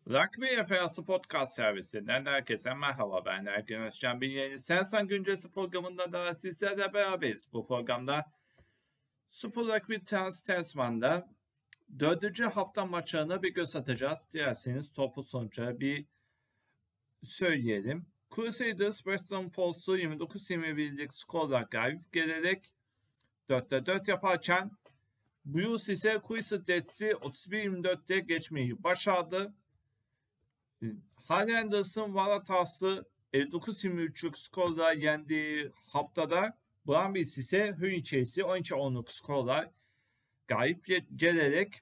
Rugby Referansı Podcast servisinden herkese merhaba. Ben Erkin Özcan. Bir yeni Sensan Güncesi programında daha sizlerle beraberiz. Bu programda Super Rugby Tasman'da 4. hafta maçlarına bir göz atacağız. Dilerseniz toplu sonuçları bir söyleyelim. Crusaders Western Force'u 29-21'lik skorla galip gelerek 4'te 4 yaparken Blues ise Crusades'i 31-24'te geçmeyi başardı. Highlanders'ın Waratahs'ı 59-23'lük skorla yendiği haftada Brumbies ise Hurricanes'i 12-10'luk skorla galip gelerek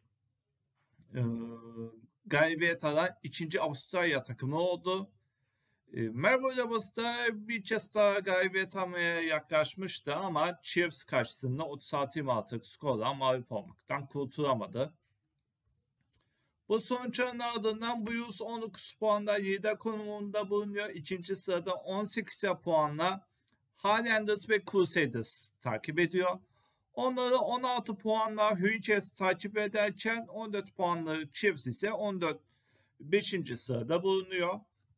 galibiyet alan 2. Avustralya takımı oldu. Melbourne Rebels da bir kez daha galibiyet almaya yaklaşmıştı ama Chiefs karşısında 36-26'lık skorla mağlup olmaktan kurtulamadı. Bu sonuçların ardından Blues 19 puanla 7 konumunda bulunuyor. İkinci sırada 18 puanla Highlanders ve Crusaders takip ediyor. Onları 16 puanla Hurricanes takip ederken 14 puanlı Chiefs ise 5. sırada bulunuyor.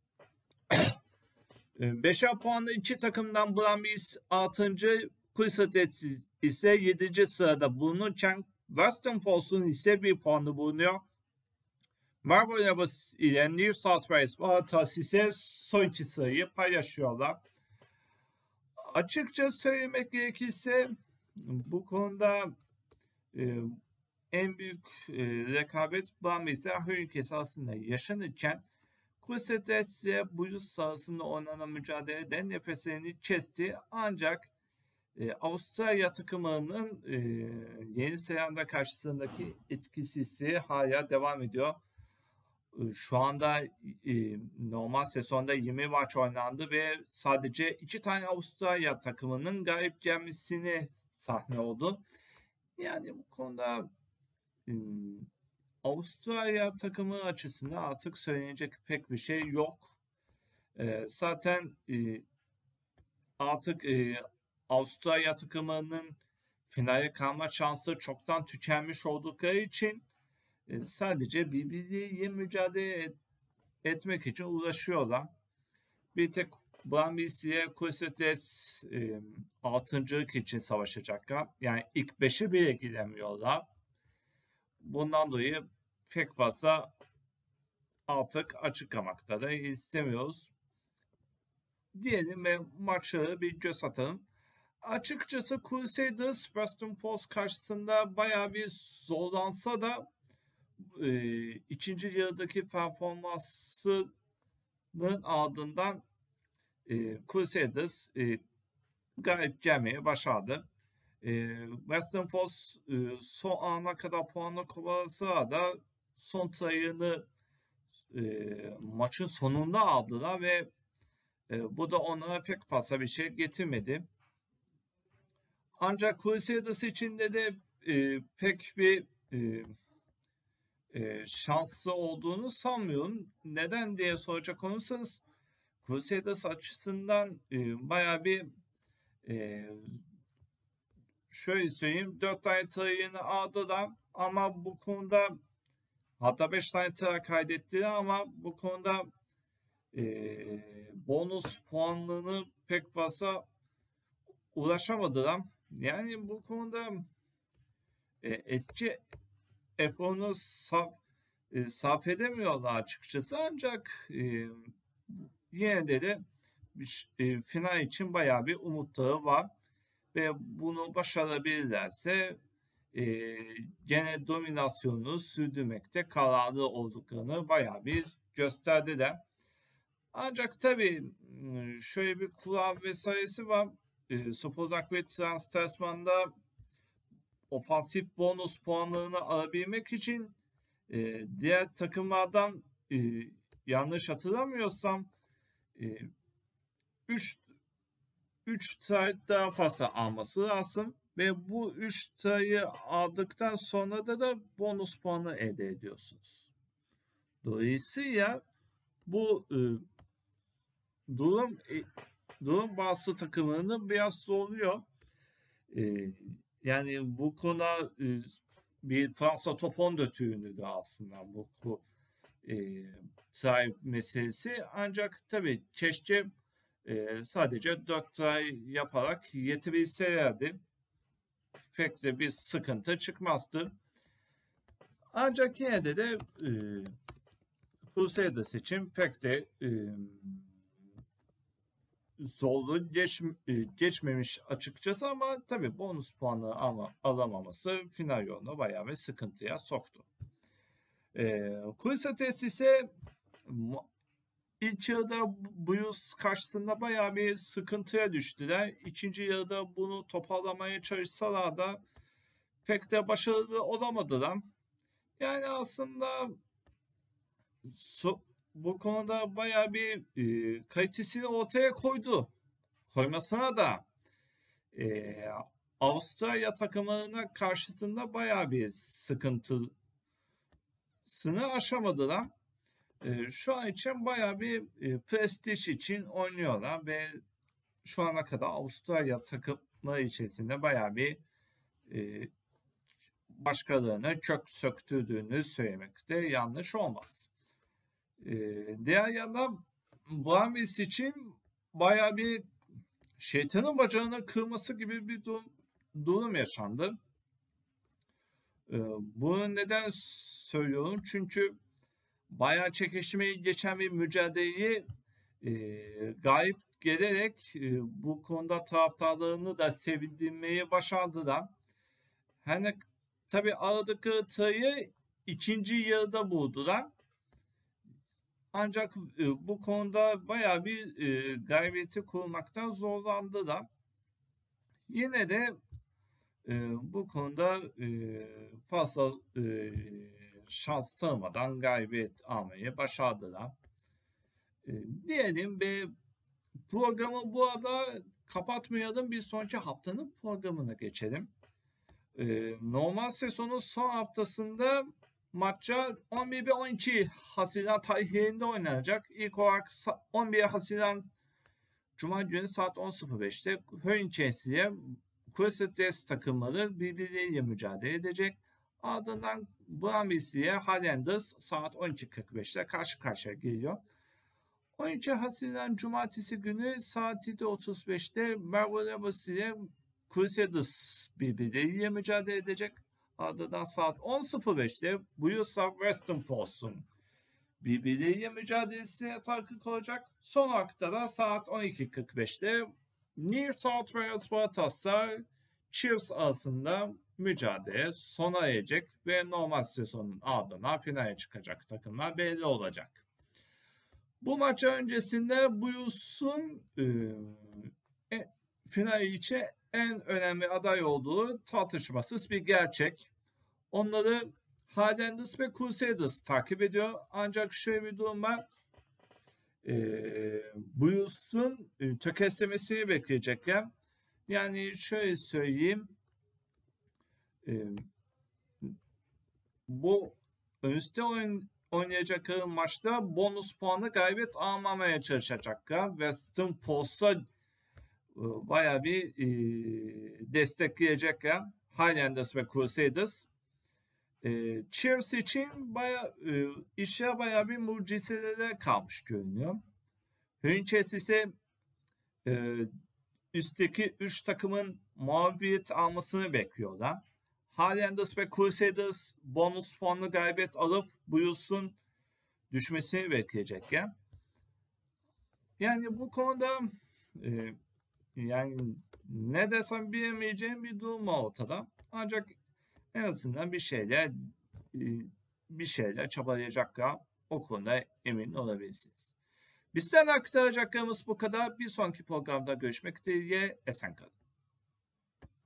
5'er puanlı iki takımdan Brumbies 6. Crusaders ise 7. sırada bulunurken Western Force'un ise 1 puanı bulunuyor. Melbourne Rebels ile New South Wales Waratahs ise son 2 sırayı paylaşıyorlar. Açıkça söylemek gerekirse bu konuda en büyük rekabet Brumbies ile Hurricanes arasında yaşanırken Crusaders ile Blues arasında oynanan mücadelede nefeslerini kesti. Ancak Avustralya takımının Yeni Zelanda karşısındaki etkisi hala devam ediyor. Şu anda normal sezonda 20 maç oynandı ve sadece 2 tane Avustralya takımının galip gelmesine sahne oldu. Yani bu konuda Avustralya takımı açısından artık söylenecek pek bir şey yok. Zaten artık Avustralya takımının finale kalma şansı çoktan tükenmiş oldukları için sadece birbirleriyle mücadele etmek için uğraşıyorlar. Bir tek Brumbies ile Crusaders 6. için savaşacaklar. Yani ilk 5'e bile giremiyorlar. Bundan dolayı pek fazla artık açıklamakta da istemiyoruz. Diyelim ve maçları bir göz atalım. Açıkçası Crusaders Western Force karşısında bayağı bir zorlansa da ikinci yarıdaki performansının ardından Crusaders galip gelmeye başardı. Western Force son ana kadar puanla kovalasa da son sayını maçın sonunda aldılar ve bu da onlara pek fazla bir şey getirmedi. Ancak Crusaders içinde de pek bir şanslı olduğunu sanmıyorum. Neden diye soracak olursanız Crusaders açısından bayağı bir şöyle söyleyeyim 4 tane try'ını aldılar ama bu konuda hatta 5 tane try kaydettiler ama bu konuda bonus puanlarını pek fazla ulaşamadılar. Yani bu konuda eski eforunu sarf edemiyorlar açıkçası ancak yine de final için bayağı bir umutları var ve bunu başarabilirlerse gene dominasyonu sürdürmekte kararlı olduklarını bayağı bir gösterdiler. Ancak tabii şöyle bir kural vesairesi var. Super Rugby Tasman'da ofansif bonus puanlarını alabilmek için diğer takımlardan yanlış hatırlamıyorsam 3 try daha fazla alması lazım ve bu 3 try'ı aldıktan sonra da bonus puanı elde ediyorsunuz. Dolayısıyla bu durum bazı takımlarını biraz zorluyor. Yani bu konuda bir Fransa top 14 ürünüdür aslında bu try meselesi. Ancak tabii keşke sadece 4 try yaparak yetebilselerdi. Pek de bir sıkıntı çıkmazdı. Ancak yine de Crusaders için pek de zorlu geçmemiş açıkçası, ama tabii bonus puanı alamaması final yolunu bayağı bir sıkıntıya soktu. Crusaders ise ilk yarıda Blues karşısında bayağı bir sıkıntıya düştüler. İkinci yarıda bunu toparlamaya çalışsalar da pek de başarılı olamadılar. Yani aslında bu konuda bayağı bir kalitesini ortaya koydu. Koymasına da Avustralya takımlarına karşısında bayağı bir sıkıntısını aşamadılar. Şu an için bayağı bir prestij için oynuyorlar ve şu ana kadar Avustralya takımları içerisinde bayağı bir başkalarına kök söktürdüğünü söylemek de yanlış olmaz. Diğer yandan Brumbies için bayağı bir şeytanın bacağını kırması gibi bir durum yaşandı. Bunu neden söylüyorum? Çünkü bayağı çekişmeyi geçen bir mücadeleyi galip gelerek bu konuda taraftarlarını da sevindirmeyi başardılar. Hani tabii aradıkları tırayı ikinci yarıda buldular. Ancak bu konuda bayağı bir galibiyeti kurmaktan zorlandılar. Yine de bu konuda fazla şans tanımadan galibiyet almayı başardılar. Diyelim ve programı bu arada kapatmayalım. Bir sonraki haftanın programına geçelim. Normal sezonun son haftasında maçlar 11 ve 12 Haziran tarihlerinde oynanacak. İlk olarak 11 Haziran Cuma günü saat 10.05'te Hurricanes ile Crusaders takımları birbirleriyle mücadele edecek. Ardından Brumbies ile Highlanders saat 12.45'te karşı karşıya geliyor. 12 Haziran Cumartesi günü saat 7.35'te Melbourne Rebels ile Crusaders birbirleriyle mücadele edecek. Ardından saat 10.05'te Blues'la Western Force'un birbirleriyle mücadelesi takip olacak. Son olarak da saat 12.45'te New South Wales Waratahs'la Chiefs arasında mücadele sona erecek ve normal sezonun ardından finale çıkacak takımlar belli olacak. Bu maç öncesinde Blues'un final için en önemli aday olduğu tartışmasız bir gerçek. Onları Highlanders ve Crusaders takip ediyor. Ancak şöyle bir durum var. Blues'un tökezlemesini bekleyecekler. Yani şöyle söyleyeyim. Bu önümüzde oynayacakları maçta bonus puanı galibiyet almamaya çalışacaklar. Western Force'a bayağı bir destekleyecekler. Highlanders ve Crusaders. Chiefs için işe bayağı bir mucizelere kalmış görünüyor. Hurricanes ise üstteki 3 takımın mağlubiyet almasını bekliyorlar. Highlanders ve Crusaders bonus puanlı galibiyet alıp Blues'un düşmesini bekleyecekler. Yani bu konuda yani ne desem bilemeyeceğim bir durum ortada. Ancak en azından bir şeyler çabalayacaklar. O konuda emin olabilirsiniz. Bizden aktaracaklarımız bu kadar. Bir sonraki programda görüşmek dileğiyle. Esen kalın.